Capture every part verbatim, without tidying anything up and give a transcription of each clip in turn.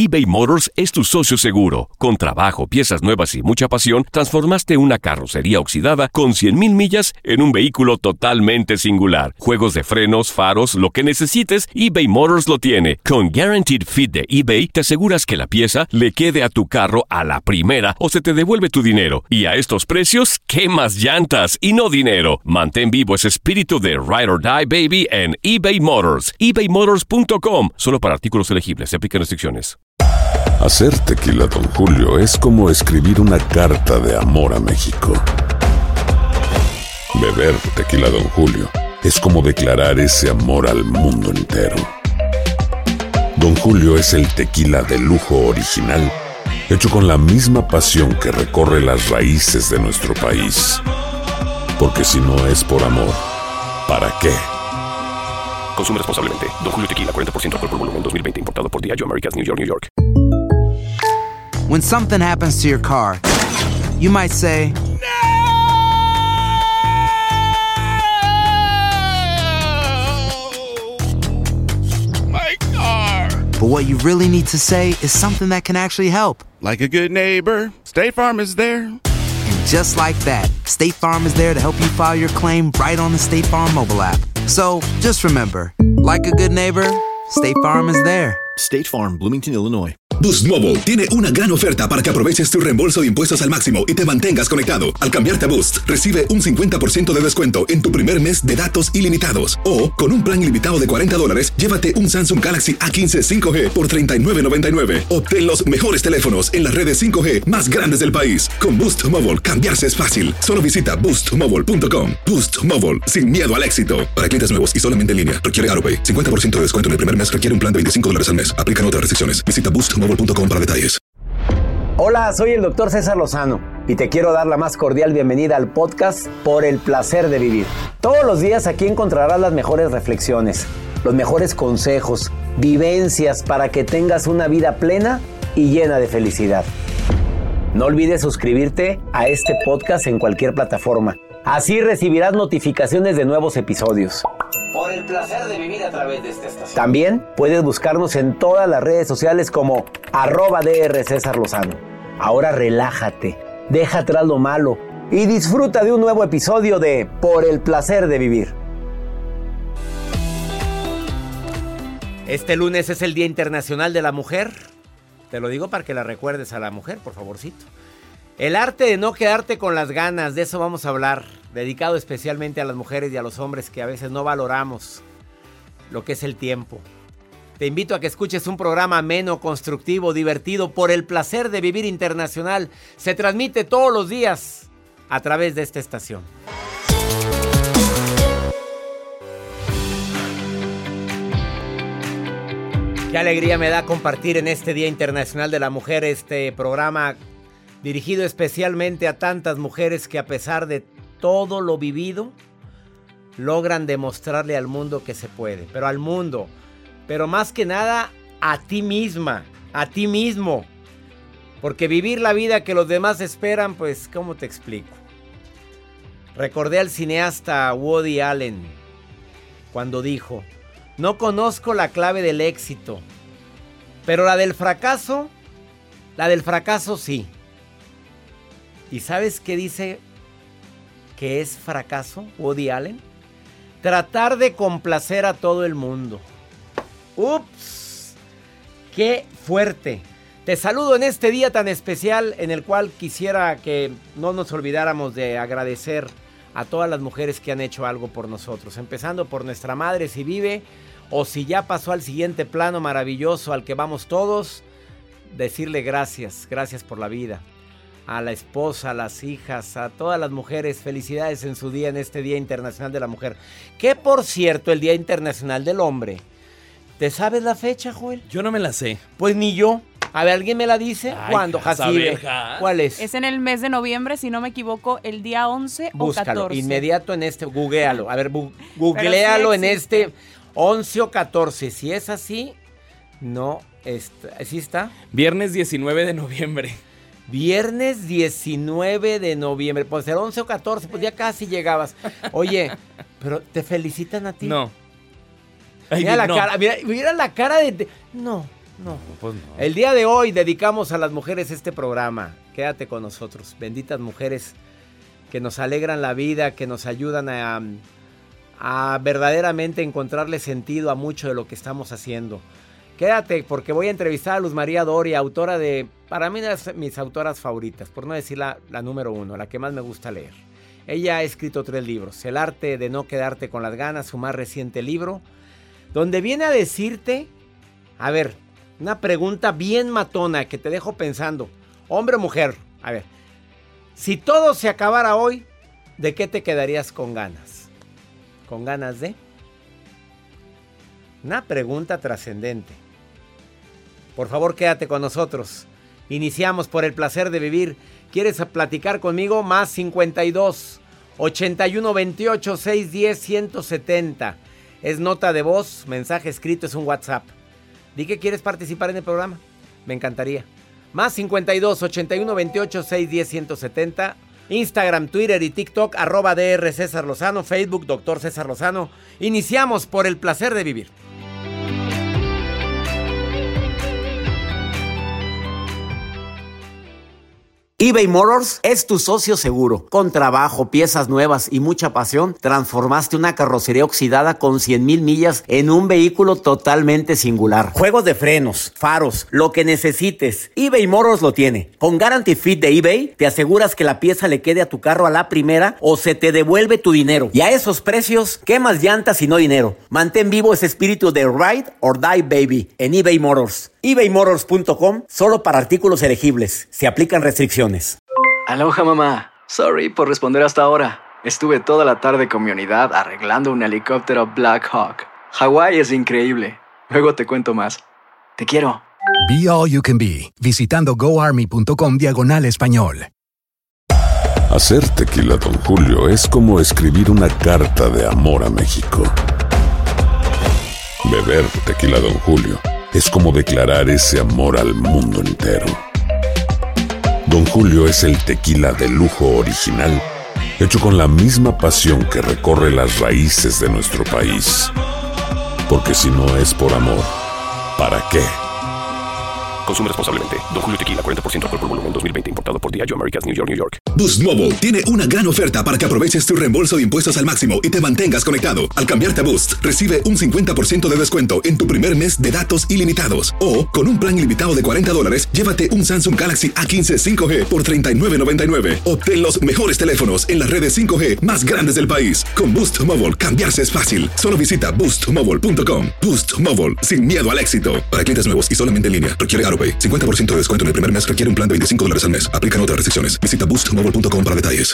eBay Motors es tu socio seguro. Con trabajo, piezas nuevas y mucha pasión, transformaste una carrocería oxidada con cien mil millas en un vehículo totalmente singular. Juegos de frenos, faros, lo que necesites, eBay Motors lo tiene. Con Guaranteed Fit de eBay, te aseguras que la pieza le quede a tu carro a la primera o se te devuelve tu dinero. Y a estos precios, ¿qué más llantas y no dinero? Mantén vivo ese espíritu de Ride or Die, baby, en eBay Motors. ebay motors punto com. Solo para artículos elegibles. Se aplican restricciones. Hacer tequila Don Julio es como escribir una carta de amor a México. Beber tequila Don Julio es como declarar ese amor al mundo entero. Don Julio es el tequila de lujo original, hecho con la misma pasión que recorre las raíces de nuestro país. Porque si no es por amor, ¿para qué? Consume responsablemente. Don Julio Tequila, cuarenta por ciento alcohol por volumen, dos mil veinte. Importado por Diageo Americas, New York, New York. When something happens to your car, you might say, My car! but what you really need to say is something that can actually help. Like a good neighbor, State Farm is there. And just like that, State Farm is there to help you file your claim right on the State Farm mobile app. So, just remember, like a good neighbor, State Farm is there. State Farm, Bloomington, Illinois. Boost Mobile tiene una gran oferta para que aproveches tu reembolso de impuestos al máximo y te mantengas conectado. Al cambiarte a Boost, recibe un cincuenta por ciento de descuento en tu primer mes de datos ilimitados. O, con un plan ilimitado de cuarenta dólares, llévate un Samsung Galaxy A quince cinco G por treinta y nueve noventa y nueve. Obtén los mejores teléfonos en las redes cinco G más grandes del país. Con Boost Mobile, cambiarse es fácil. Solo visita boost mobile punto com. Boost Mobile, sin miedo al éxito. Para clientes nuevos y solamente en línea, requiere AutoPay. cincuenta por ciento de descuento en el primer mes, requiere un plan de veinticinco dólares al mes. Aplican otras restricciones. Visita boost mobile punto com para detalles. Hola, soy el doctor César Lozano y te quiero dar la más cordial bienvenida al podcast Por el Placer de Vivir. Todos los días aquí encontrarás las mejores reflexiones, los mejores consejos, vivencias para que tengas una vida plena y llena de felicidad. No olvides suscribirte a este podcast en cualquier plataforma. Así recibirás notificaciones de nuevos episodios. Por el placer de vivir a través de esta estación. También puedes buscarnos en todas las redes sociales como arroba DR César Lozano. Ahora relájate, deja atrás lo malo y disfruta de un nuevo episodio de Por el Placer de Vivir. Este lunes es el Día Internacional de la Mujer. Te lo digo para que la recuerdes a la mujer, por favorcito. El arte de no quedarte con las ganas, de eso vamos a hablar, dedicado especialmente a las mujeres y a los hombres que a veces no valoramos lo que es el tiempo. Te invito a que escuches un programa ameno, constructivo, divertido, Por el Placer de Vivir Internacional. Se transmite todos los días a través de esta estación. Qué alegría me da compartir en este Día Internacional de la Mujer este programa dirigido especialmente a tantas mujeres que a pesar de todo lo vivido, logran demostrarle al mundo que se puede. Pero al mundo, pero más que nada a ti misma, a ti mismo. Porque vivir la vida que los demás esperan, pues, ¿cómo te explico? Recordé al cineasta Woody Allen cuando dijo: no conozco la clave del éxito, pero la del fracaso, la del fracaso sí. ¿Y sabes qué dice que es fracaso, Woody Allen? Tratar de complacer a todo el mundo. ¡Ups! ¡Qué fuerte! Te saludo en este día tan especial en el cual quisiera que no nos olvidáramos de agradecer a todas las mujeres que han hecho algo por nosotros. Empezando por nuestra madre, si vive o si ya pasó al siguiente plano maravilloso al que vamos todos. Decirle gracias, gracias por la vida. A la esposa, a las hijas, a todas las mujeres, felicidades en su día, en este Día Internacional de la Mujer. Que por cierto, el Día Internacional del Hombre. ¿Te sabes la fecha, Joel? Yo no me la sé. Pues ni yo. A ver, ¿alguien me la dice? Ay, ¿Cuándo, Jacibe? ¿Cuál es? Es en el mes de noviembre, si no me equivoco, el día once Búscalo, o catorce. Inmediato en este, googlealo. A ver, bu- googlealo sí en este once o catorce. Si es así, no, está, ¿sí está? Viernes diecinueve de noviembre. Viernes diecinueve de noviembre. Pues el once o catorce, pues ya casi llegabas. Oye, pero ¿te felicitan a ti? No. Ay, mira la no. cara, mira, mira la cara de... de no. No, pues no. El día de hoy dedicamos a las mujeres este programa. Quédate con nosotros. Benditas mujeres que nos alegran la vida, que nos ayudan a, a verdaderamente encontrarle sentido a mucho de lo que estamos haciendo. Quédate porque voy a entrevistar a Luz María Doria, autora de, para mí, una de mis autoras favoritas, por no decir la, la número uno, la que más me gusta leer. Ella ha escrito tres libros. El arte de no quedarte con las ganas, su más reciente libro, donde viene a decirte, a ver, una pregunta bien matona que te dejo pensando. Hombre o mujer, a ver, si todo se acabara hoy, ¿de qué te quedarías con ganas? ¿Con ganas de? Una pregunta trascendente. Por favor, quédate con nosotros. Iniciamos por el placer de vivir. ¿Quieres platicar conmigo? Más cincuenta y dos, ochenta y uno, veintiocho, seiscientos diez, ciento setenta. Es nota de voz, mensaje escrito, es un WhatsApp. Di que quieres participar en el programa. Me encantaría. Más cincuenta y dos, ochenta y uno, veintiocho, seiscientos diez, ciento setenta. Instagram, Twitter y TikTok, arroba D R César Lozano, Facebook, Doctor César Lozano. Iniciamos por el placer de vivir. eBay Motors es tu socio seguro. Con trabajo, piezas nuevas y mucha pasión, transformaste una carrocería oxidada con cien mil millas en un vehículo totalmente singular. Juegos de frenos, faros, lo que necesites, eBay Motors lo tiene. Con Guarantee Fit de eBay, te aseguras que la pieza le quede a tu carro a la primera o se te devuelve tu dinero. Y a esos precios, ¿qué más llantas y no dinero? Mantén vivo ese espíritu de Ride or Die Baby en eBay Motors. ebay motors punto com, solo para artículos elegibles. Se aplican restricciones. Aloha, mamá. Sorry por responder hasta ahora. Estuve toda la tarde con mi unidad arreglando un helicóptero Black Hawk. Hawái es increíble. Luego te cuento más. Te quiero. Be All You Can Be, visitando goarmy.com diagonal español. Hacer tequila Don Julio es como escribir una carta de amor a México. Beber tequila Don Julio es como declarar ese amor al mundo entero. Don Julio es el tequila de lujo original, hecho con la misma pasión que recorre las raíces de nuestro país. Porque si no es por amor, ¿para qué? Consume responsablemente. Don Julio Tequila, cuarenta por ciento alcohol por volumen, dos mil veinte. Importado por Diageo Americas, New York, New York. Boost Mobile tiene una gran oferta para que aproveches tu reembolso de impuestos al máximo y te mantengas conectado. Al cambiarte a Boost, recibe un cincuenta por ciento de descuento en tu primer mes de datos ilimitados. O, con un plan ilimitado de cuarenta dólares, llévate un Samsung Galaxy A quince cinco G por treinta y nueve noventa y nueve. Obtén los mejores teléfonos en las redes cinco G más grandes del país. Con Boost Mobile, cambiarse es fácil. Solo visita boost mobile punto com. Boost Mobile, sin miedo al éxito. Para clientes nuevos y solamente en línea, requiere AutoPay. cincuenta por ciento de descuento en el primer mes requiere un plan de veinticinco dólares al mes. Aplican otras restricciones. Visita boost mobile punto com para detalles.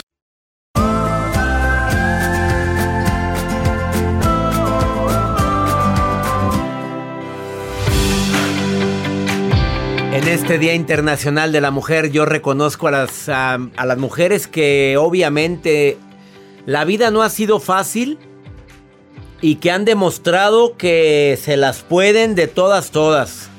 En este Día Internacional de la Mujer, yo reconozco a las, a, a las mujeres que obviamente la vida no ha sido fácil y que han demostrado que se las pueden de todas, todas.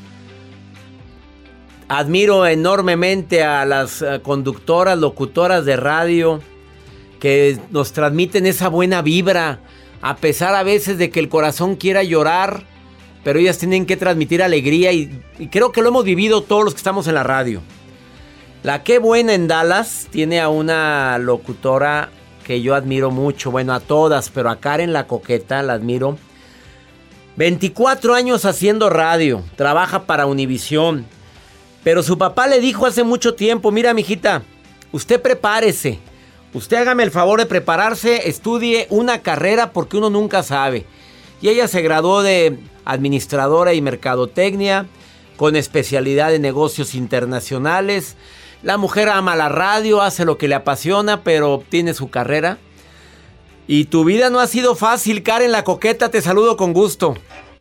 Admiro enormemente a las conductoras, locutoras de radio que nos transmiten esa buena vibra, a pesar a veces de que el corazón quiera llorar, pero ellas tienen que transmitir alegría y, y creo que lo hemos vivido todos los que estamos en la radio. La Qué Buena en Dallas tiene a una locutora que yo admiro mucho, bueno, a todas, pero a Karen la Coqueta la admiro. veinticuatro años haciendo radio, trabaja para Univisión. Pero su papá le dijo hace mucho tiempo, mira, mijita, usted prepárese, usted hágame el favor de prepararse, estudie una carrera porque uno nunca sabe. Y ella se graduó de administradora y mercadotecnia, con especialidad en negocios internacionales. La mujer ama la radio, hace lo que le apasiona, pero obtiene su carrera. Y tu vida no ha sido fácil, Karen la Coqueta, te saludo con gusto.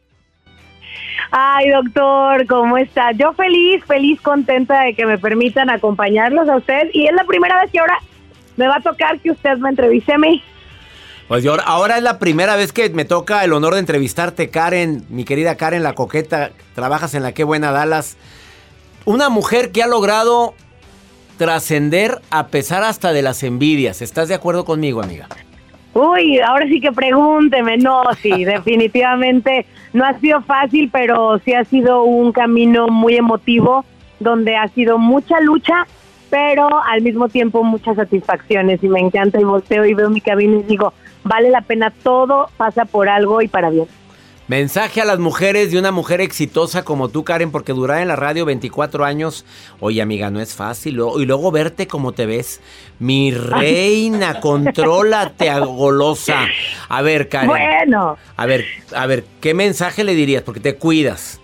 Ay, doctor, ¿cómo está? Yo feliz, feliz, contenta de que me permitan acompañarlos a usted. Y es la primera vez que ahora me va a tocar que usted me entreviste a mí. Pues yo, ahora es la primera vez que me toca el honor de entrevistarte, Karen, mi querida Karen la Coqueta. Trabajas en la Qué Buena Dallas. Una mujer que ha logrado trascender a pesar hasta de las envidias. ¿Estás de acuerdo conmigo, amiga? Uy, ahora sí que pregúnteme. No, sí, definitivamente no ha sido fácil, pero sí ha sido un camino muy emotivo, donde ha sido mucha lucha, pero al mismo tiempo muchas satisfacciones, y me encanta, y volteo y veo mi camino y digo, vale la pena, todo pasa por algo y para bien. Mensaje a las mujeres de una mujer exitosa como tú, Karen, porque durar en la radio veinticuatro años, oye, amiga, no es fácil. Y luego verte como te ves. Mi reina, contrólate, golosa. A ver, Karen. Bueno. A ver, a ver, ¿qué mensaje le dirías? Porque te cuidas.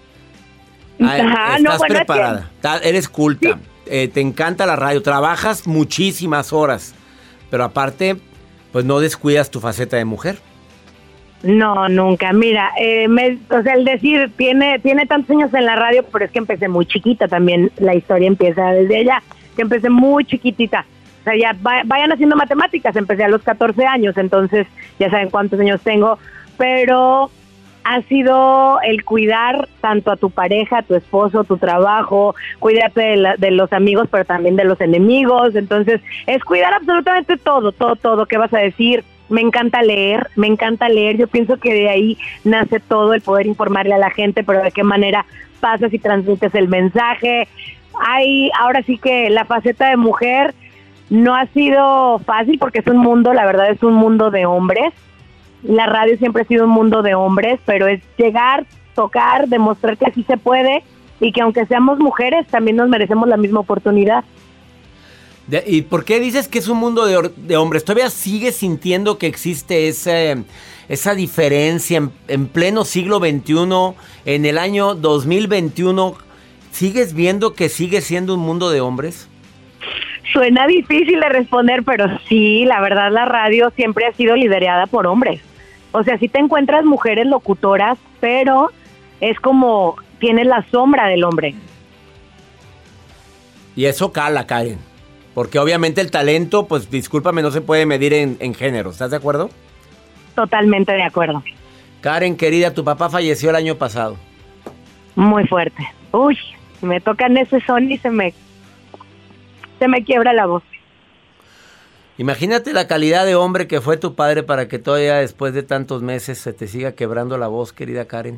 Ajá, Estás no, bueno, preparada, es que... eres culta, sí. eh, te encanta la radio, trabajas muchísimas horas, pero aparte, pues no descuidas tu faceta de mujer. No, nunca. Mira, eh, me, o sea, el decir, tiene tiene tantos años en la radio, pero es que empecé muy chiquita también. La historia empieza desde allá, que empecé muy chiquitita. O sea, ya va, vayan haciendo matemáticas, empecé a los catorce años, entonces ya saben cuántos años tengo. Pero ha sido el cuidar tanto a tu pareja, a tu esposo, tu trabajo, cuídate de, la, de los amigos, pero también de los enemigos. Entonces, es cuidar absolutamente todo, todo, todo. ¿Qué vas a decir? Me encanta leer, me encanta leer. Yo pienso que de ahí nace todo, el poder informarle a la gente, pero de qué manera pasas y transmites el mensaje. Hay, ahora sí que la faceta de mujer no ha sido fácil, porque es un mundo, la verdad es un mundo de hombres. La radio siempre ha sido un mundo de hombres, pero es llegar, tocar, demostrar que así se puede, y que aunque seamos mujeres, también nos merecemos la misma oportunidad. De, ¿Y por qué dices que es un mundo de, de hombres? ¿Todavía sigues sintiendo que existe ese, esa diferencia en, en pleno siglo veintiuno, en el año dos mil veintiuno? ¿Sigues viendo que sigue siendo un mundo de hombres? Suena difícil de responder, pero sí, la verdad la radio siempre ha sido liderada por hombres. O sea, sí te encuentras mujeres locutoras, pero es como tienes la sombra del hombre. Y eso cala, Karen. Porque obviamente el talento, pues discúlpame, no se puede medir en, en género. ¿Estás de acuerdo? Totalmente de acuerdo. Karen, querida, tu papá falleció el año pasado. Muy fuerte. Uy, me tocan ese son y se me, se me quiebra la voz. Imagínate la calidad de hombre que fue tu padre para que todavía después de tantos meses se te siga quebrando la voz, querida Karen.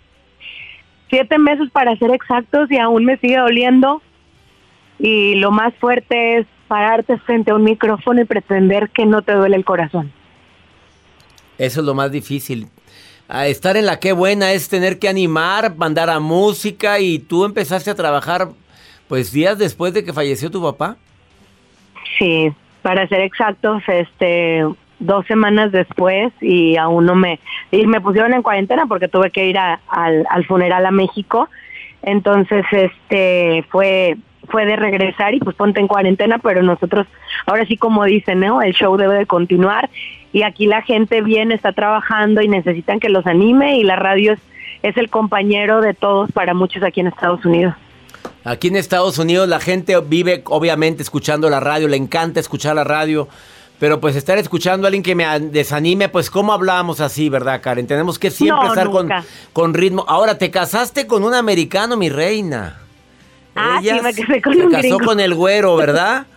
Siete meses para ser exactos y aún me sigue doliendo. Y lo más fuerte es pararte frente a un micrófono y pretender que no te duele el corazón. Eso es lo más difícil. A estar en la Qué Buena es tener que animar, mandar a música, y tú empezaste a trabajar pues días después de que falleció tu papá. Sí, para ser exactos, este, dos semanas después, y aún no me... Y me pusieron en cuarentena porque tuve que ir a, al, al funeral a México. Entonces, este, fue... fue de regresar y pues ponte en cuarentena, pero nosotros, ahora sí como dicen, ¿no? El show debe de continuar, y aquí la gente viene, está trabajando y necesitan que los anime, y la radio es, es el compañero de todos para muchos aquí en Estados Unidos. Aquí en Estados Unidos la gente vive obviamente escuchando la radio, le encanta escuchar la radio, pero pues estar escuchando a alguien que me desanime, pues ¿cómo hablamos así, verdad, Karen? Tenemos que siempre no, estar con, con ritmo. Ahora, te casaste con un americano, mi reina. Ah, Ella sí, me casé con se un casó gringo. con el güero, ¿verdad?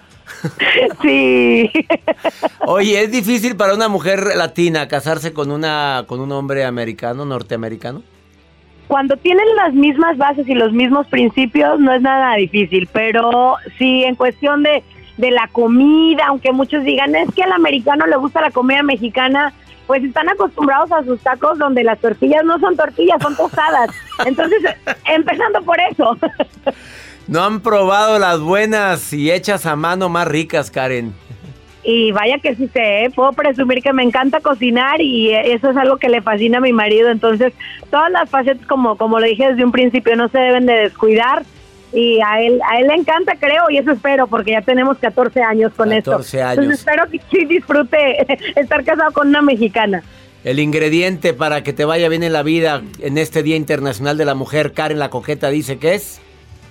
Sí. Oye, ¿es difícil para una mujer latina casarse con una con un hombre americano, norteamericano? Cuando tienen las mismas bases y los mismos principios, no es nada difícil, pero sí, en cuestión de, de la comida, aunque muchos digan, es que al americano le gusta la comida mexicana, pues están acostumbrados a sus tacos donde las tortillas no son tortillas, son tostadas. Entonces, empezando por eso. No han probado las buenas y hechas a mano más ricas, Karen. Y vaya que sí sé, ¿eh? Puedo presumir que me encanta cocinar, y eso es algo que le fascina a mi marido. Entonces, todas las facetas, como, como lo dije desde un principio, no se deben de descuidar. Y a él a él le encanta, creo, y eso espero, porque ya tenemos catorce años con esto. catorce años. Entonces espero que sí disfrute estar casado con una mexicana. El ingrediente para que te vaya bien en la vida en este Día Internacional de la Mujer, Karen la Coqueta dice que es...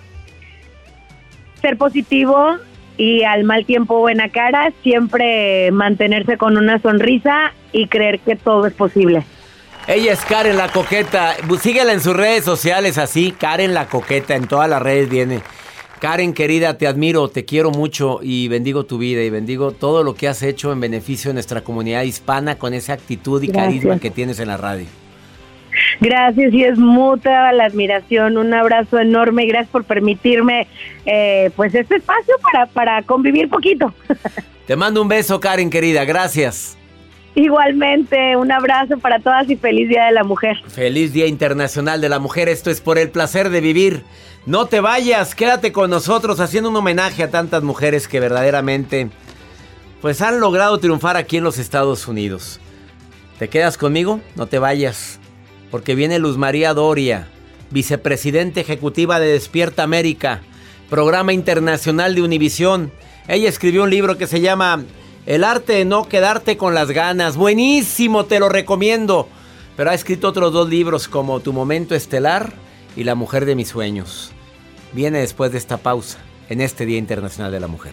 ser positivo y al mal tiempo buena cara, siempre mantenerse con una sonrisa y creer que todo es posible. Ella es Karen la Coqueta. Síguela en sus redes sociales así, Karen la Coqueta, en todas las redes viene. Karen, querida, te admiro, te quiero mucho y bendigo tu vida y bendigo todo lo que has hecho en beneficio de nuestra comunidad hispana con esa actitud y Gracias. Carisma que tienes en la radio. Gracias, y es mutua la admiración, un abrazo enorme y gracias por permitirme eh, pues este espacio para, para convivir poquito. Te mando un beso, Karen, querida, gracias. Igualmente, un abrazo para todas y feliz Día de la Mujer. Feliz Día Internacional de la Mujer, esto es Por el Placer de Vivir. No te vayas, quédate con nosotros haciendo un homenaje a tantas mujeres que verdaderamente pues han logrado triunfar aquí en los Estados Unidos. ¿Te quedas conmigo? No te vayas, porque viene Luz María Doria, vicepresidenta ejecutiva de Despierta América, programa internacional de Univisión. Ella escribió un libro que se llama El arte de no quedarte con las ganas. Buenísimo, te lo recomiendo. Pero ha escrito otros dos libros como Tu Momento Estelar y La Mujer de mis Sueños. Viene después de esta pausa, en este Día Internacional de la Mujer.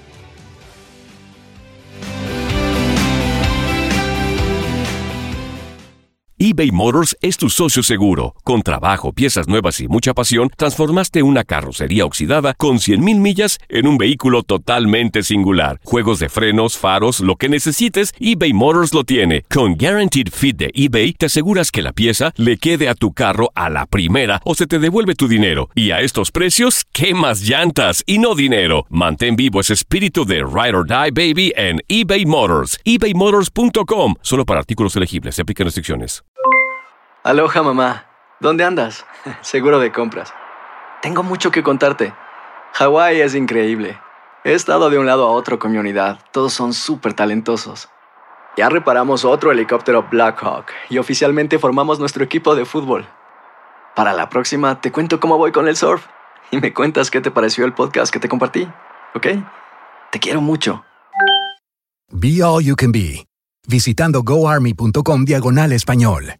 eBay Motors es tu socio seguro. Con trabajo, piezas nuevas y mucha pasión, transformaste una carrocería oxidada con cien mil millas en un vehículo totalmente singular. Juegos de frenos, faros, lo que necesites, eBay Motors lo tiene. Con Guaranteed Fit de eBay, te aseguras que la pieza le quede a tu carro a la primera o se te devuelve tu dinero. Y a estos precios, ¿qué más llantas y no dinero? Mantén vivo ese espíritu de Ride or Die, baby, en eBay Motors. ebay motors punto com. Solo para artículos elegibles. Se aplican restricciones. Aloha, mamá. ¿Dónde andas? Seguro de compras. Tengo mucho que contarte. Hawái es increíble. He estado de un lado a otro con mi unidad. Todos son súper talentosos. Ya reparamos otro helicóptero Black Hawk y oficialmente formamos nuestro equipo de fútbol. Para la próxima te cuento cómo voy con el surf y me cuentas qué te pareció el podcast que te compartí, ¿ok? Te quiero mucho. Be All You Can Be, visitando goarmy.com diagonal español.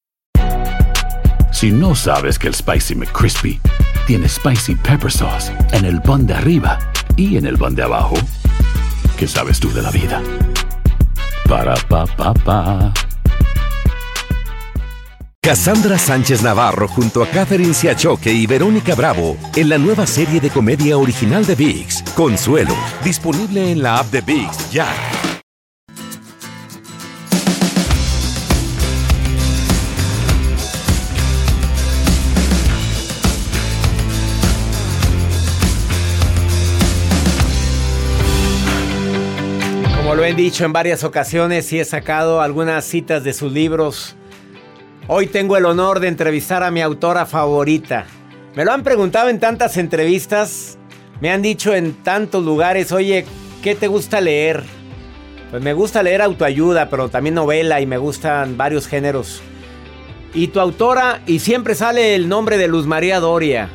Si no sabes que el Spicy McCrispy tiene Spicy Pepper Sauce en el pan de arriba y en el pan de abajo, ¿qué sabes tú de la vida? Para, pa, pa, pa. Cassandra Sánchez Navarro junto a Catherine Siachoque y Verónica Bravo en la nueva serie de comedia original de ViX, Consuelo, disponible en la app de ViX ya. Como lo he dicho en varias ocasiones y he sacado algunas citas de sus libros, hoy tengo el honor de entrevistar a mi autora favorita. Me lo han preguntado en tantas entrevistas, me han dicho en tantos lugares, oye, ¿qué te gusta leer? Pues me gusta leer autoayuda, pero también novela y me gustan varios géneros. Y tu autora, y siempre sale el nombre de Luz María Doria,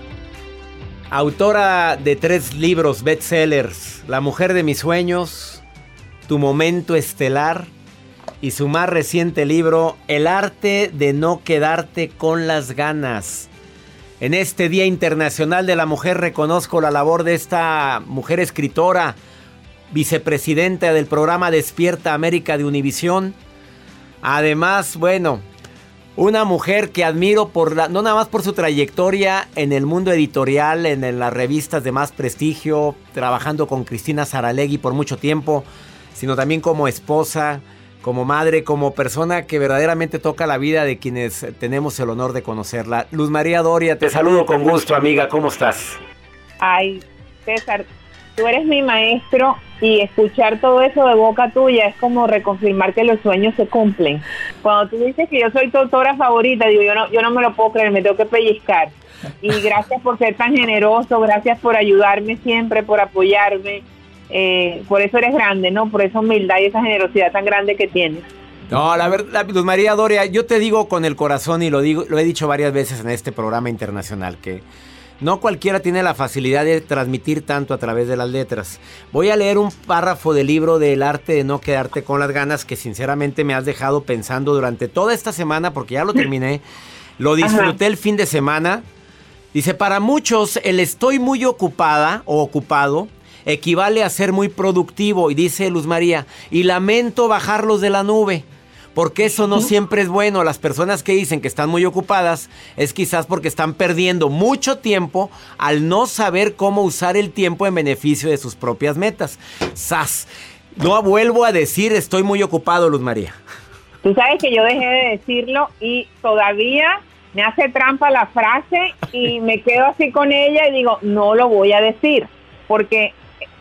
autora de tres libros bestsellers, La Mujer de mis Sueños, Tu Momento Estelar y su más reciente libro, El arte de no quedarte con las ganas. En este Día Internacional de la Mujer reconozco la labor de esta mujer escritora, vicepresidenta del programa Despierta América de Univisión. Además, bueno, una mujer que admiro por la, no nada más por su trayectoria en el mundo editorial, en, en las revistas de más prestigio, trabajando con Cristina Saralegui por mucho tiempo, sino también como esposa, como madre, como persona que verdaderamente toca la vida de quienes tenemos el honor de conocerla. Luz María Doria, te saludo con gusto, amiga. ¿Cómo estás? Ay, César, tú eres mi maestro y escuchar todo eso de boca tuya es como reconfirmar que los sueños se cumplen. Cuando tú dices que yo soy tu autora favorita, digo, yo no, yo no me lo puedo creer, me tengo que pellizcar. Y gracias por ser tan generoso, gracias por ayudarme siempre, por apoyarme. Eh, por eso eres grande, ¿no? Por esa humildad y esa generosidad tan grande que tienes. No, la verdad, Luz María Doria, yo te digo con el corazón y lo digo, lo he dicho varias veces en este programa internacional, que no cualquiera tiene la facilidad de transmitir tanto a través de las letras. Voy a leer un párrafo del libro de El arte de no quedarte con las ganas, que sinceramente me has dejado pensando durante toda esta semana, porque ya lo terminé, lo disfruté Ajá. el fin de semana. Dice, para muchos el estoy muy ocupada o ocupado equivale a ser muy productivo, y dice Luz María, y lamento bajarlos de la nube, Porque eso no siempre es bueno. Las personas que dicen que están muy ocupadas es quizás porque están perdiendo mucho tiempo al no saber cómo usar el tiempo en beneficio de sus propias metas. ¡Sas! No vuelvo a decir estoy muy ocupado, Luz María. Tú sabes que yo dejé de decirlo y todavía me hace trampa la frase y me quedo así con ella y digo, no lo voy a decir. Porque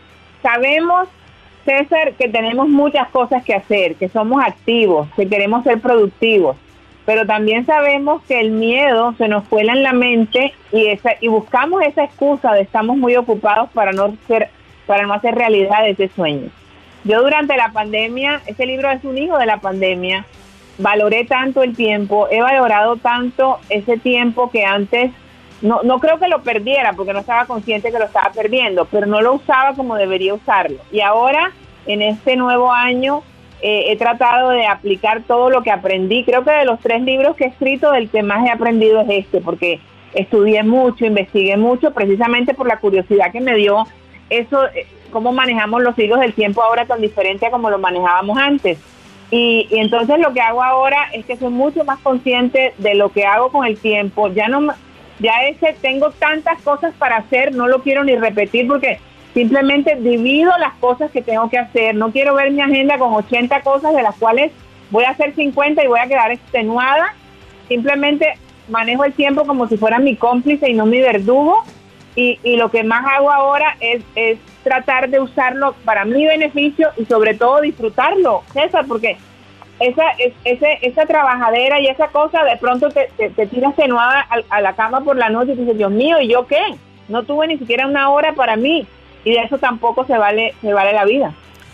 sabemos, César, que tenemos muchas cosas que hacer, que somos activos, que queremos ser productivos, pero también sabemos que el miedo se nos cuela en la mente y esa y buscamos esa excusa de estamos muy ocupados para no ser, para no hacer realidad ese sueño. Yo durante la pandemia, este libro es un hijo de la pandemia, valoré tanto el tiempo, he valorado tanto ese tiempo que antes No, no creo que lo perdiera porque no estaba consciente que lo estaba perdiendo, pero no lo usaba como debería usarlo. Y ahora, en este nuevo año, eh, he tratado de aplicar todo lo que aprendí. Creo que de los tres libros que he escrito, el que más he aprendido es este, porque estudié mucho, investigué mucho, precisamente por la curiosidad que me dio eso, eh, cómo manejamos los hilos del tiempo ahora tan diferente a como lo manejábamos antes. Y, y entonces lo que hago ahora es que soy mucho más consciente de lo que hago con el tiempo. Ya no... Ya ese, tengo tantas cosas para hacer, no lo quiero ni repetir porque simplemente divido las cosas que tengo que hacer. No quiero ver mi agenda con ochenta cosas de las cuales voy a hacer cincuenta y voy a quedar extenuada. Simplemente manejo el tiempo como si fuera mi cómplice y no mi verdugo. Y, y lo que más hago ahora es, es tratar de usarlo para mi beneficio y sobre todo disfrutarlo, César, porque esa es, ese, esa trabajadera y esa cosa de pronto te, te, te tiras tenuada a, a la cama por la noche y dices, Dios mío, ¿y yo qué? No tuve ni siquiera una hora para mí y de eso tampoco se vale, se vale la vida.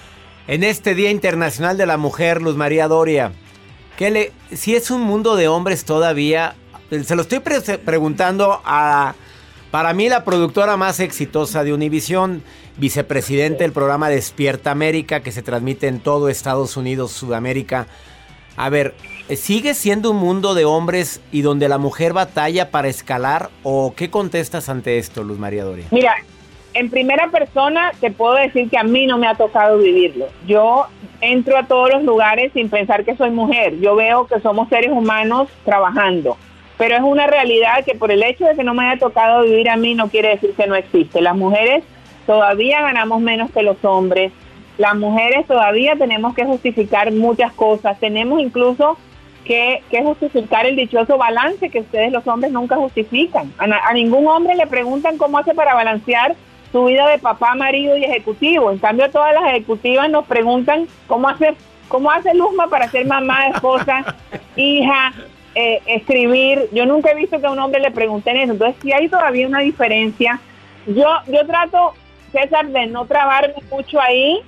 En este Día Internacional de la Mujer, Luz María Doria, ¿qué le, si es un mundo de hombres todavía? Se lo estoy pre- preguntando a, para mí, la productora más exitosa de Univisión, vicepresidente del programa Despierta América, que se transmite en todo Estados Unidos, Sudamérica. A ver, ¿sigue siendo un mundo de hombres y donde la mujer batalla para escalar? ¿O qué contestas ante esto, Luz María Doria? Mira, en primera persona te puedo decir que a mí no me ha tocado vivirlo. Yo entro a todos los lugares sin pensar que soy mujer. Yo veo que somos seres humanos trabajando. Pero es una realidad que por el hecho de que no me haya tocado vivir a mí no quiere decir que no existe. Las mujeres todavía ganamos menos que los hombres. Las mujeres todavía tenemos que justificar muchas cosas. Tenemos incluso que, que justificar el dichoso balance que ustedes los hombres nunca justifican. A, a ningún hombre le preguntan cómo hace para balancear su vida de papá, marido y ejecutivo. En cambio, todas las ejecutivas nos preguntan cómo hace, cómo hace Luzma para ser mamá, esposa, hija, eh, escribir. Yo nunca he visto que a un hombre le pregunten eso. Entonces, sí hay todavía una diferencia. Yo, yo trato, César, de no trabarme mucho ahí,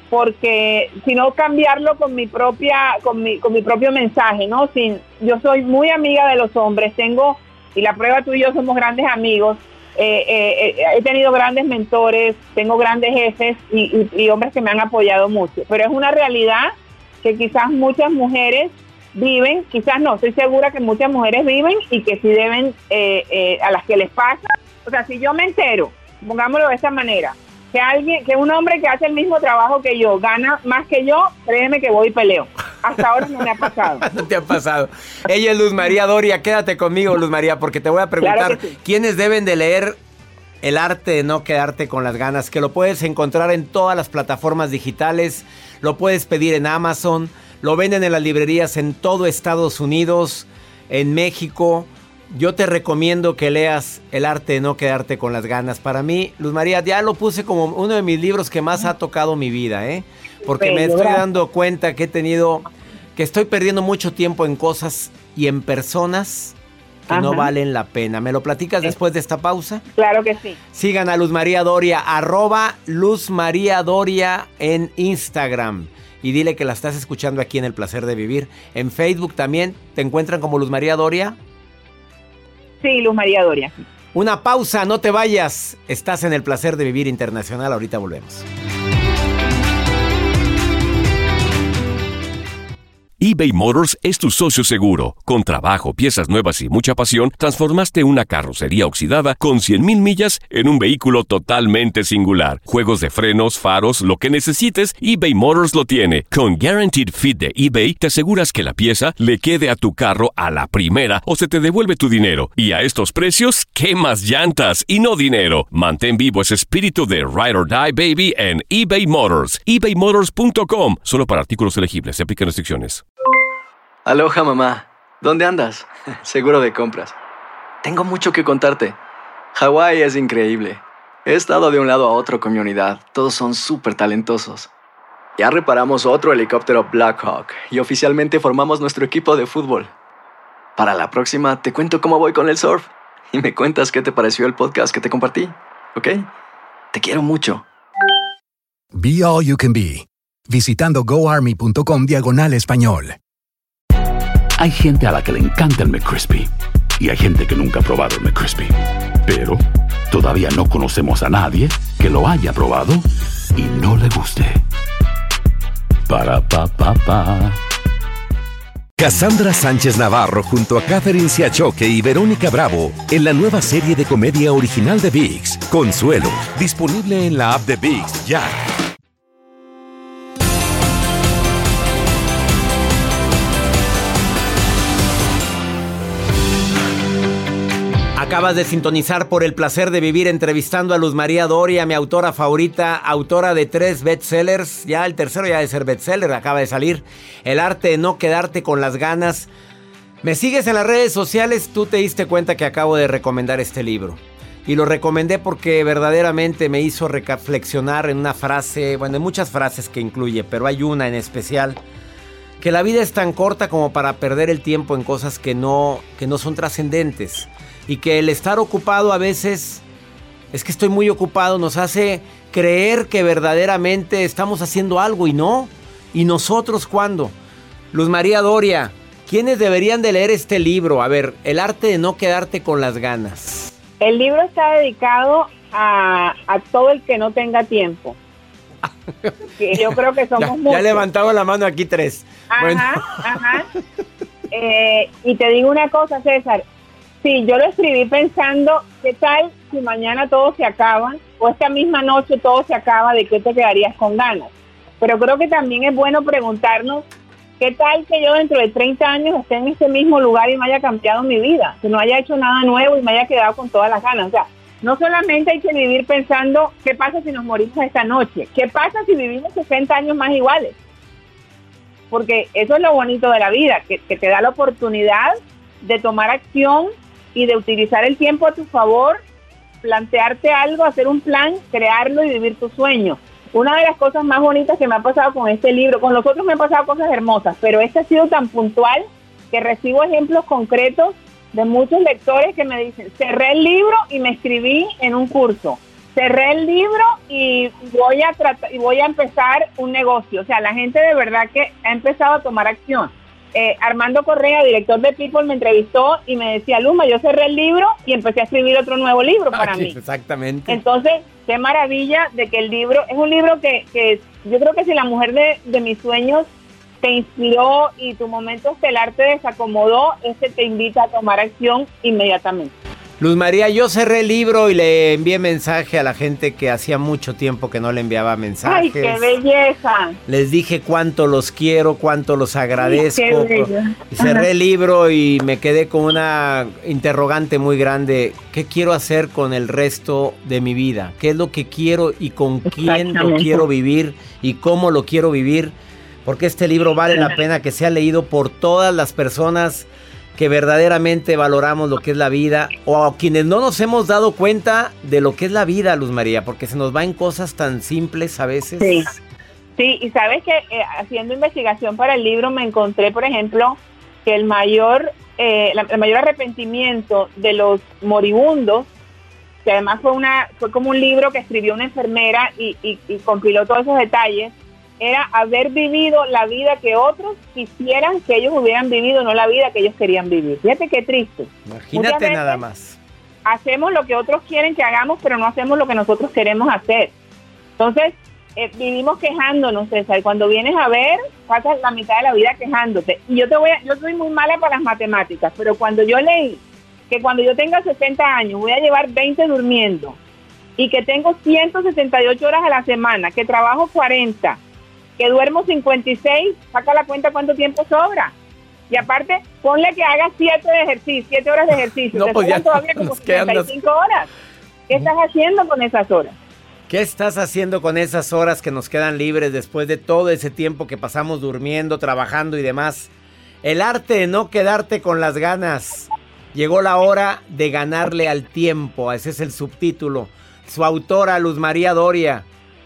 porque sino cambiarlo con mi propia, con mi, con mi propio mensaje, ¿no? Sin, yo soy muy amiga de los hombres, tengo, y la prueba tú y yo somos grandes amigos, eh, eh, eh, he tenido grandes mentores, tengo grandes jefes y, y, y hombres que me han apoyado mucho, pero es una realidad que quizás muchas mujeres viven, quizás no, estoy segura que muchas mujeres viven y que sí deben, eh, eh, a las que les pasa, o sea, si yo me entero, pongámoslo de esta manera, que alguien, que un hombre que hace el mismo trabajo que yo gana más que yo, créeme que voy y peleo. Hasta ahora no me ha pasado. No te ha pasado. Ella es Luz María Doria. Quédate conmigo, Luz María, porque te voy a preguntar, claro que sí, ¿quiénes deben de leer El arte de no quedarte con las ganas? Que lo puedes encontrar en todas las plataformas digitales, lo puedes pedir en Amazon, lo venden en las librerías en todo Estados Unidos, en México. Yo te recomiendo que leas El arte de no quedarte con las ganas. Para mí, Luz María, ya lo puse como uno de mis libros que más ha tocado mi vida, ¿eh? Porque me estoy dando cuenta que he tenido, que estoy perdiendo mucho tiempo en cosas y en personas que Ajá. no valen la pena. ¿Me lo platicas sí. después de esta pausa? Claro que sí. Sigan a Luz María Doria, arroba Luz María Doria en Instagram. Y dile que la estás escuchando aquí en El Placer de Vivir. En Facebook también, ¿te encuentran como Luz María Doria? Sí, Luz María Doria. Una pausa, no te vayas. Estás en El Placer de Vivir Internacional. Ahorita volvemos. eBay Motors es tu socio seguro. Con trabajo, piezas nuevas y mucha pasión, transformaste una carrocería oxidada con cien mil millas en un vehículo totalmente singular. Juegos de frenos, faros, lo que necesites, eBay Motors lo tiene. Con Guaranteed Fit de eBay, te aseguras que la pieza le quede a tu carro a la primera o se te devuelve tu dinero. Y a estos precios, ¿qué más llantas y no dinero? Mantén vivo ese espíritu de Ride or Die, baby, en eBay Motors. ebay motors punto com. Solo para artículos elegibles. Se aplican restricciones. Aloha, mamá. ¿Dónde andas? Seguro de compras. Tengo mucho que contarte. Hawái es increíble. He estado de un lado a otro con mi unidad. Todos son súper talentosos. Ya reparamos otro helicóptero Blackhawk y oficialmente formamos nuestro equipo de fútbol. Para la próxima te cuento cómo voy con el surf y me cuentas qué te pareció el podcast que te compartí, ¿ok? Te quiero mucho. Be All You Can Be, visitando goarmy.com diagonal español. Hay gente a la que le encanta el McCrispy y hay gente que nunca ha probado el McCrispy. Pero todavía no conocemos a nadie que lo haya probado y no le guste. Para pa pa pa. Cassandra Sánchez Navarro junto a Catherine Siachoque y Verónica Bravo en la nueva serie de comedia original de ViX, Consuelo, disponible en la app de ViX ya. Acabas de sintonizar por el placer de vivir entrevistando a Luz María Doria, mi autora favorita, autora de tres bestsellers. Ya el tercero ya de ser bestseller, acaba de salir. El arte de no quedarte con las ganas. Me sigues en las redes sociales, tú te diste cuenta que acabo de recomendar este libro. Y lo recomendé porque verdaderamente me hizo reflexionar en una frase, bueno, en muchas frases que incluye, pero hay una en especial. Que la vida es tan corta como para perder el tiempo en cosas que no, que no son trascendentes. Y que el estar ocupado a veces, es que estoy muy ocupado, nos hace creer que verdaderamente estamos haciendo algo y no. ¿Y nosotros cuándo? Luz María Doria, ¿quiénes deberían de leer este libro? A ver, el arte de no quedarte con las ganas. El libro está dedicado a, a todo el que no tenga tiempo. Que yo creo que somos ya, muchos. Ya he levantado la mano aquí tres. Ajá, Bueno. ajá. Eh, y te digo una cosa, César. Sí, yo lo escribí pensando, ¿qué tal si mañana todo se acaba? O esta misma noche todo se acaba, ¿de qué te quedarías con ganas? Pero creo que también es bueno preguntarnos, ¿qué tal que yo dentro de treinta años esté en este mismo lugar y me haya cambiado mi vida? Que no haya hecho nada nuevo y me haya quedado con todas las ganas. O sea, no solamente hay que vivir pensando, ¿qué pasa si nos morimos esta noche? ¿Qué pasa si vivimos sesenta años más iguales? Porque eso es lo bonito de la vida, que, que te da la oportunidad de tomar acción y de utilizar el tiempo a tu favor, plantearte algo, hacer un plan, crearlo y vivir tu sueño. Una de las cosas más bonitas que me ha pasado con este libro, con los otros me han pasado cosas hermosas, pero este ha sido tan puntual que recibo ejemplos concretos de muchos lectores que me dicen, cerré el libro y me inscribí en un curso, cerré el libro y voy a tratar, y voy a empezar un negocio. O sea, la gente de verdad que ha empezado a tomar acción. Eh, Armando Correa, director de People, me entrevistó y me decía, Luma, yo cerré el libro y empecé a escribir otro nuevo libro para ah, sí, mí. Exactamente. Entonces, qué maravilla de que el libro, es un libro que, que yo creo que si la mujer de, de mis sueños te inspiró y tu momento estelar te desacomodó, este te invita a tomar acción inmediatamente. Luz María, yo cerré el libro y le envié mensaje a la gente que hacía mucho tiempo que no le enviaba mensajes. ¡Ay, qué belleza! Les dije cuánto los quiero, cuánto los agradezco. Ay, qué bello. Cerré Ajá. el libro y me quedé con una interrogante muy grande. ¿Qué quiero hacer con el resto de mi vida? ¿Qué es lo que quiero y con quién lo quiero vivir y cómo lo quiero vivir? Porque este libro vale la pena que sea leído por todas las personas que verdaderamente valoramos lo que es la vida, o a quienes no nos hemos dado cuenta de lo que es la vida, Luz María, porque se nos va en cosas tan simples a veces. Sí, sí, y sabes que eh, haciendo investigación para el libro me encontré, por ejemplo, que el mayor, eh, la, el mayor arrepentimiento de los moribundos, que además fue una fue como un libro que escribió una enfermera y, y, y compiló todos esos detalles, era haber vivido la vida que otros quisieran que ellos hubieran vivido, no la vida que ellos querían vivir. Fíjate qué triste. Imagínate nada más. Hacemos lo que otros quieren que hagamos, pero no hacemos lo que nosotros queremos hacer. Entonces, eh, vivimos quejándonos, César. Y cuando vienes a ver, pasas la mitad de la vida quejándote. Y yo te voy a, yo soy muy mala para las matemáticas, pero cuando yo leí que cuando yo tenga sesenta años voy a llevar veinte durmiendo y que tengo ciento setenta y ocho horas a la semana, que trabajo cuarenta, que duermo cincuenta y seis, saca la cuenta cuánto tiempo sobra. Y aparte, ponle que hagas siete de ejercicio, siete horas de ejercicio. No, te pues ya todavía como setenta setenta y cinco horas. ¿Qué estás haciendo con esas horas? ¿Qué estás haciendo con esas horas que nos quedan libres después de todo ese tiempo que pasamos durmiendo, trabajando y demás? El arte de no quedarte con las ganas. Llegó la hora de ganarle al tiempo. Ese es el subtítulo. Su autora, Luz María Doria.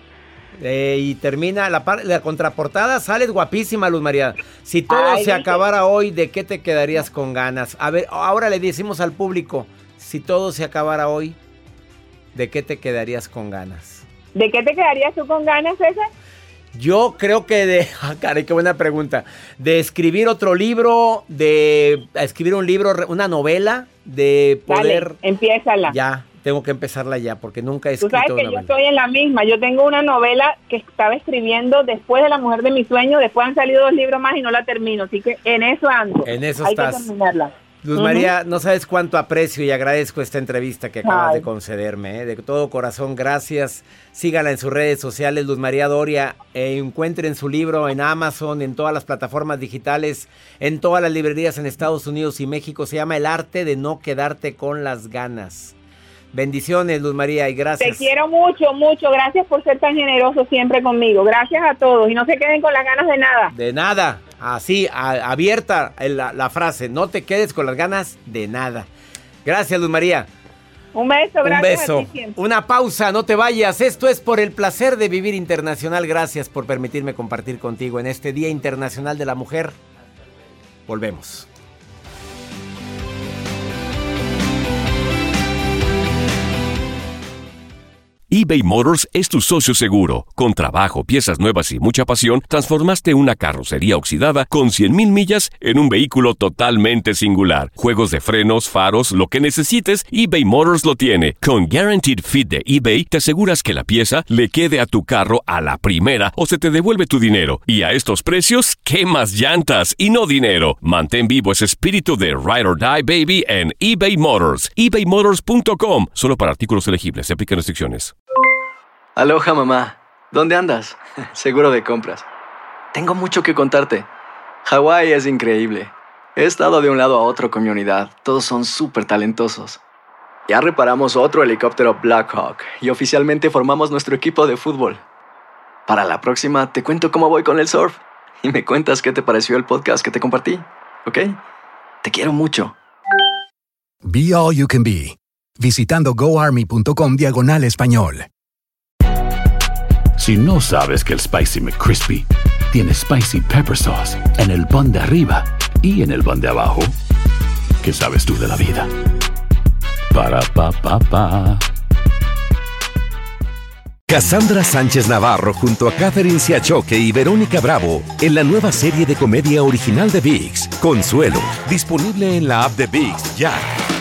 Eh, y termina la, la contraportada. Sales guapísima, Luz María. Si todo Ay, se dije. acabara hoy, ¿de qué te quedarías con ganas? A ver, ahora le decimos al público, si todo se acabara hoy, ¿de qué te quedarías con ganas? ¿De qué te quedarías tú con ganas, César? Yo creo que de... Ah, caray, qué buena pregunta. De escribir otro libro, de escribir un libro, una novela, de poder... Dale, empiézala. Ya, tengo que empezarla ya, porque nunca he Tú escrito sabes que una yo novela. estoy en la misma. Yo tengo una novela que estaba escribiendo después de La mujer de mis sueños. Después han salido dos libros más y no la termino. Así que en eso ando. En eso Hay estás. que terminarla. Luz Ujú. María, no sabes cuánto aprecio y agradezco esta entrevista que acabas Ay. de concederme, ¿eh? De todo corazón, gracias. Sígala en sus redes sociales, Luz María Doria. Eh, encuentren su libro en Amazon, en todas las plataformas digitales, en todas las librerías en Estados Unidos y México. Se llama El arte de no quedarte con las ganas. Bendiciones, Luz María, y gracias. Te quiero mucho, mucho. Gracias por ser tan generoso siempre conmigo. Gracias a todos. Y no se queden con las ganas de nada. De nada, así, a- abierta la, la frase, no te quedes con las ganas de nada. Gracias, Luz María. Un beso, Un gracias beso. a ti siempre. Una pausa, no te vayas. Esto es Por el Placer de Vivir Internacional. Gracias por permitirme compartir contigo en este Día Internacional de la Mujer. Volvemos. eBay Motors es tu socio seguro. Con trabajo, piezas nuevas y mucha pasión, transformaste una carrocería oxidada con cien mil millas en un vehículo totalmente singular. Juegos de frenos, faros, lo que necesites, eBay Motors lo tiene. Con Guaranteed Fit de eBay, te aseguras que la pieza le quede a tu carro a la primera o se te devuelve tu dinero. Y a estos precios, ¿qué más llantas y no dinero? Mantén vivo ese espíritu de Ride or Die, baby, en eBay Motors. ebay motors punto com. Solo para artículos elegibles. Se aplican restricciones. Aloha, mamá. ¿Dónde andas? Seguro de compras. Tengo mucho que contarte. Hawái es increíble. He estado de un lado a otro con mi unidad. Todos son súper talentosos. Ya reparamos otro helicóptero Blackhawk y oficialmente formamos nuestro equipo de fútbol. Para la próxima te cuento cómo voy con el surf y me cuentas qué te pareció el podcast que te compartí, ¿ok? Te quiero mucho. Be All You Can Be, visitando goarmy.com diagonal español. Si no sabes que el Spicy McCrispy tiene Spicy Pepper Sauce en el pan de arriba y en el pan de abajo, ¿qué sabes tú de la vida? Para, pa, pa, pa. Cassandra Sánchez Navarro junto a Catherine Siachoque y Verónica Bravo en la nueva serie de comedia original de ViX, Consuelo, disponible en la app de ViX ya.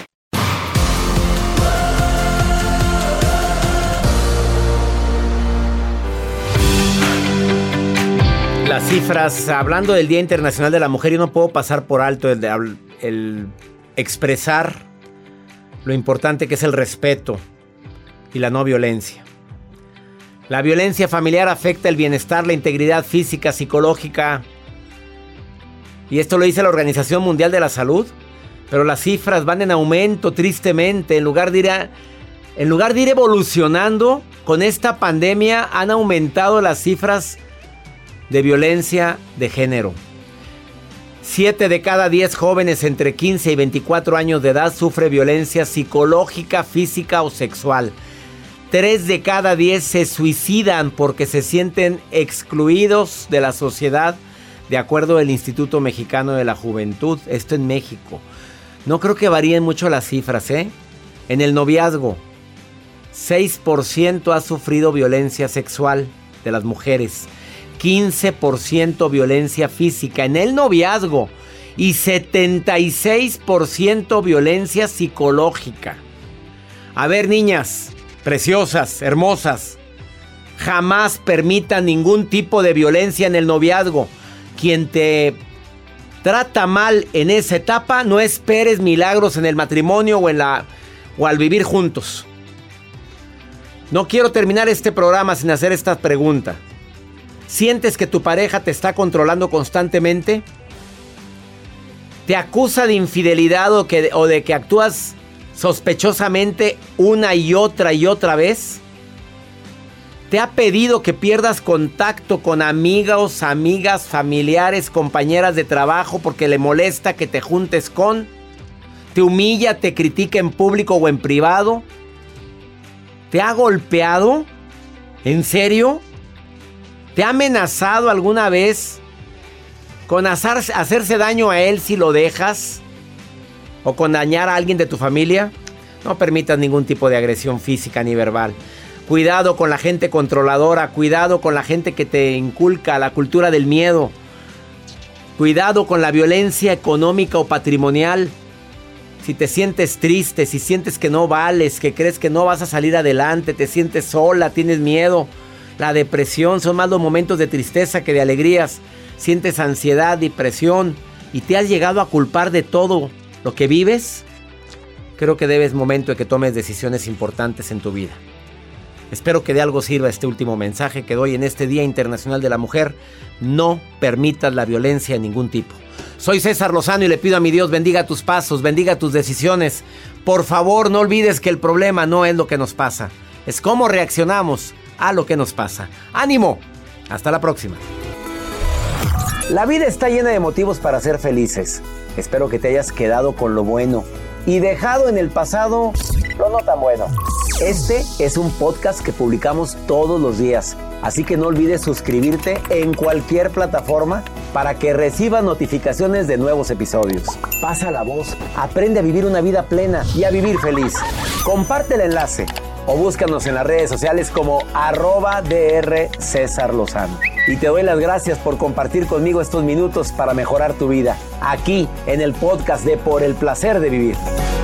Las cifras, hablando del Día Internacional de la Mujer, yo no puedo pasar por alto el, de- el expresar lo importante que es el respeto y la no violencia. La violencia familiar afecta el bienestar, la integridad física, psicológica. Y esto lo dice la Organización Mundial de la Salud. Pero las cifras van en aumento, tristemente. En lugar de ir, a- en lugar de ir evolucionando, con esta pandemia han aumentado las cifras de violencia de género. Siete de cada diez jóvenes entre quince y veinticuatro años de edad sufre violencia psicológica, física o sexual. Tres de cada diez se suicidan porque se sienten excluidos de la sociedad, de acuerdo al Instituto Mexicano de la Juventud. Esto en México. No creo que varíen mucho las cifras, ¿eh? En el noviazgo, seis por ciento ha sufrido violencia sexual de las mujeres. quince por ciento violencia física en el noviazgo y setenta y seis por ciento violencia psicológica. A ver, niñas, preciosas, hermosas, Jamás permita ningún tipo de violencia en el noviazgo. Quien te trata mal en esa etapa, no esperes milagros en el matrimonio o, en la, o al vivir juntos. No quiero terminar este programa sin hacer esta pregunta. ¿Sientes que tu pareja te está controlando constantemente? ¿Te acusa de infidelidad o, que, o de que actúas sospechosamente una y otra y otra vez? ¿Te ha pedido que pierdas contacto con amigos, amigas, familiares, compañeras de trabajo porque le molesta que te juntes con? ¿Te humilla, te critica en público o en privado? ¿Te ha golpeado? ¿En serio? ¿Te ha amenazado alguna vez con hacer, hacerse daño a él si lo dejas? ¿O con dañar a alguien de tu familia? No permitas ningún tipo de agresión física ni verbal. Cuidado con la gente controladora, cuidado con la gente que te inculca la cultura del miedo. Cuidado con la violencia económica o patrimonial. Si te sientes triste, si sientes que no vales, que crees que no vas a salir adelante, te sientes sola, tienes miedo. La depresión son más los momentos de tristeza que de alegrías. Sientes ansiedad, depresión y te has llegado a culpar de todo lo que vives. Creo que debes momento de que tomes decisiones importantes en tu vida. Espero que de algo sirva este último mensaje que doy en este Día Internacional de la Mujer. No permitas la violencia de ningún tipo. Soy César Lozano y le pido a mi Dios bendiga tus pasos, bendiga tus decisiones. Por favor, no olvides que el problema no es lo que nos pasa, es cómo reaccionamos a lo que nos pasa. ¡Ánimo! Hasta la próxima. La vida está llena de motivos para ser felices. Espero que te hayas quedado con lo bueno y dejado en el pasado lo no tan bueno. Este es un podcast que publicamos todos los días, así que no olvides suscribirte en cualquier plataforma para que recibas notificaciones de nuevos episodios. Pasa la voz, aprende a vivir una vida plena y a vivir feliz. Comparte el enlace o búscanos en las redes sociales como arroba DR César Lozano. Y te doy las gracias por compartir conmigo estos minutos para mejorar tu vida, aquí en el podcast de Por el Placer de Vivir.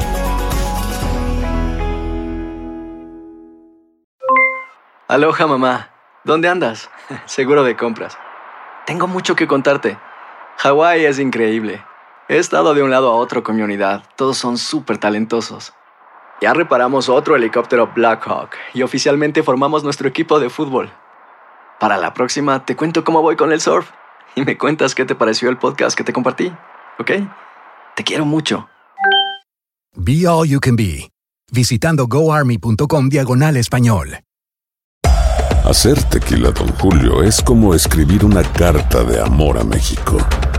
Aloha, mamá. ¿Dónde andas? Seguro de compras. Tengo mucho que contarte. Hawái es increíble. He estado de un lado a otro con mi unidad. Todos son súper talentosos. Ya reparamos otro helicóptero Blackhawk y oficialmente formamos nuestro equipo de fútbol. Para la próxima te cuento cómo voy con el surf y me cuentas qué te pareció el podcast que te compartí, ¿ok? Te quiero mucho. Be All You Can Be, visitando goarmy.com diagonal español. Hacer tequila Don Julio es como escribir una carta de amor a México.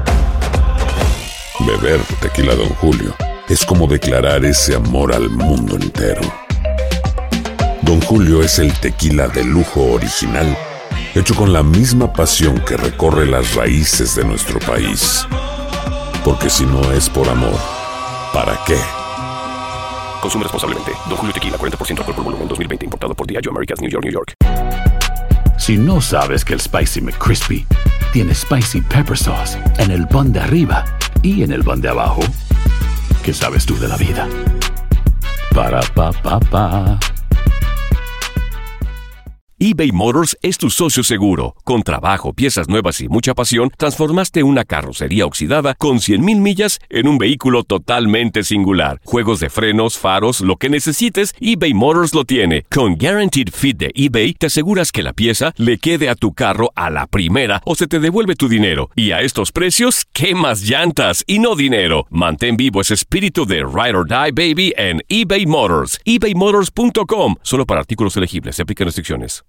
Beber tequila Don Julio es como declarar ese amor al mundo entero. Don Julio es el tequila de lujo original, hecho con la misma pasión que recorre las raíces de nuestro país. Porque si no es por amor, ¿para qué? Consume responsablemente. Don Julio Tequila, cuarenta por ciento alcohol por volumen, dos mil veinte. Importado por Diageo Americas, New York, New York. Si no sabes que el Spicy McCrispy tiene Spicy Pepper Sauce en el pan de arriba y en el pan de abajo, ¿qué sabes tú de la vida? Para, pa, pa, pa. eBay Motors es tu socio seguro. Con trabajo, piezas nuevas y mucha pasión, transformaste una carrocería oxidada con cien mil millas en un vehículo totalmente singular. Juegos de frenos, faros, lo que necesites, eBay Motors lo tiene. Con Guaranteed Fit de eBay, te aseguras que la pieza le quede a tu carro a la primera o se te devuelve tu dinero. Y a estos precios, ¿qué más llantas y no dinero? Mantén vivo ese espíritu de Ride or Die, baby, en eBay Motors. ebay motors punto com. Solo para artículos elegibles. Se aplican restricciones.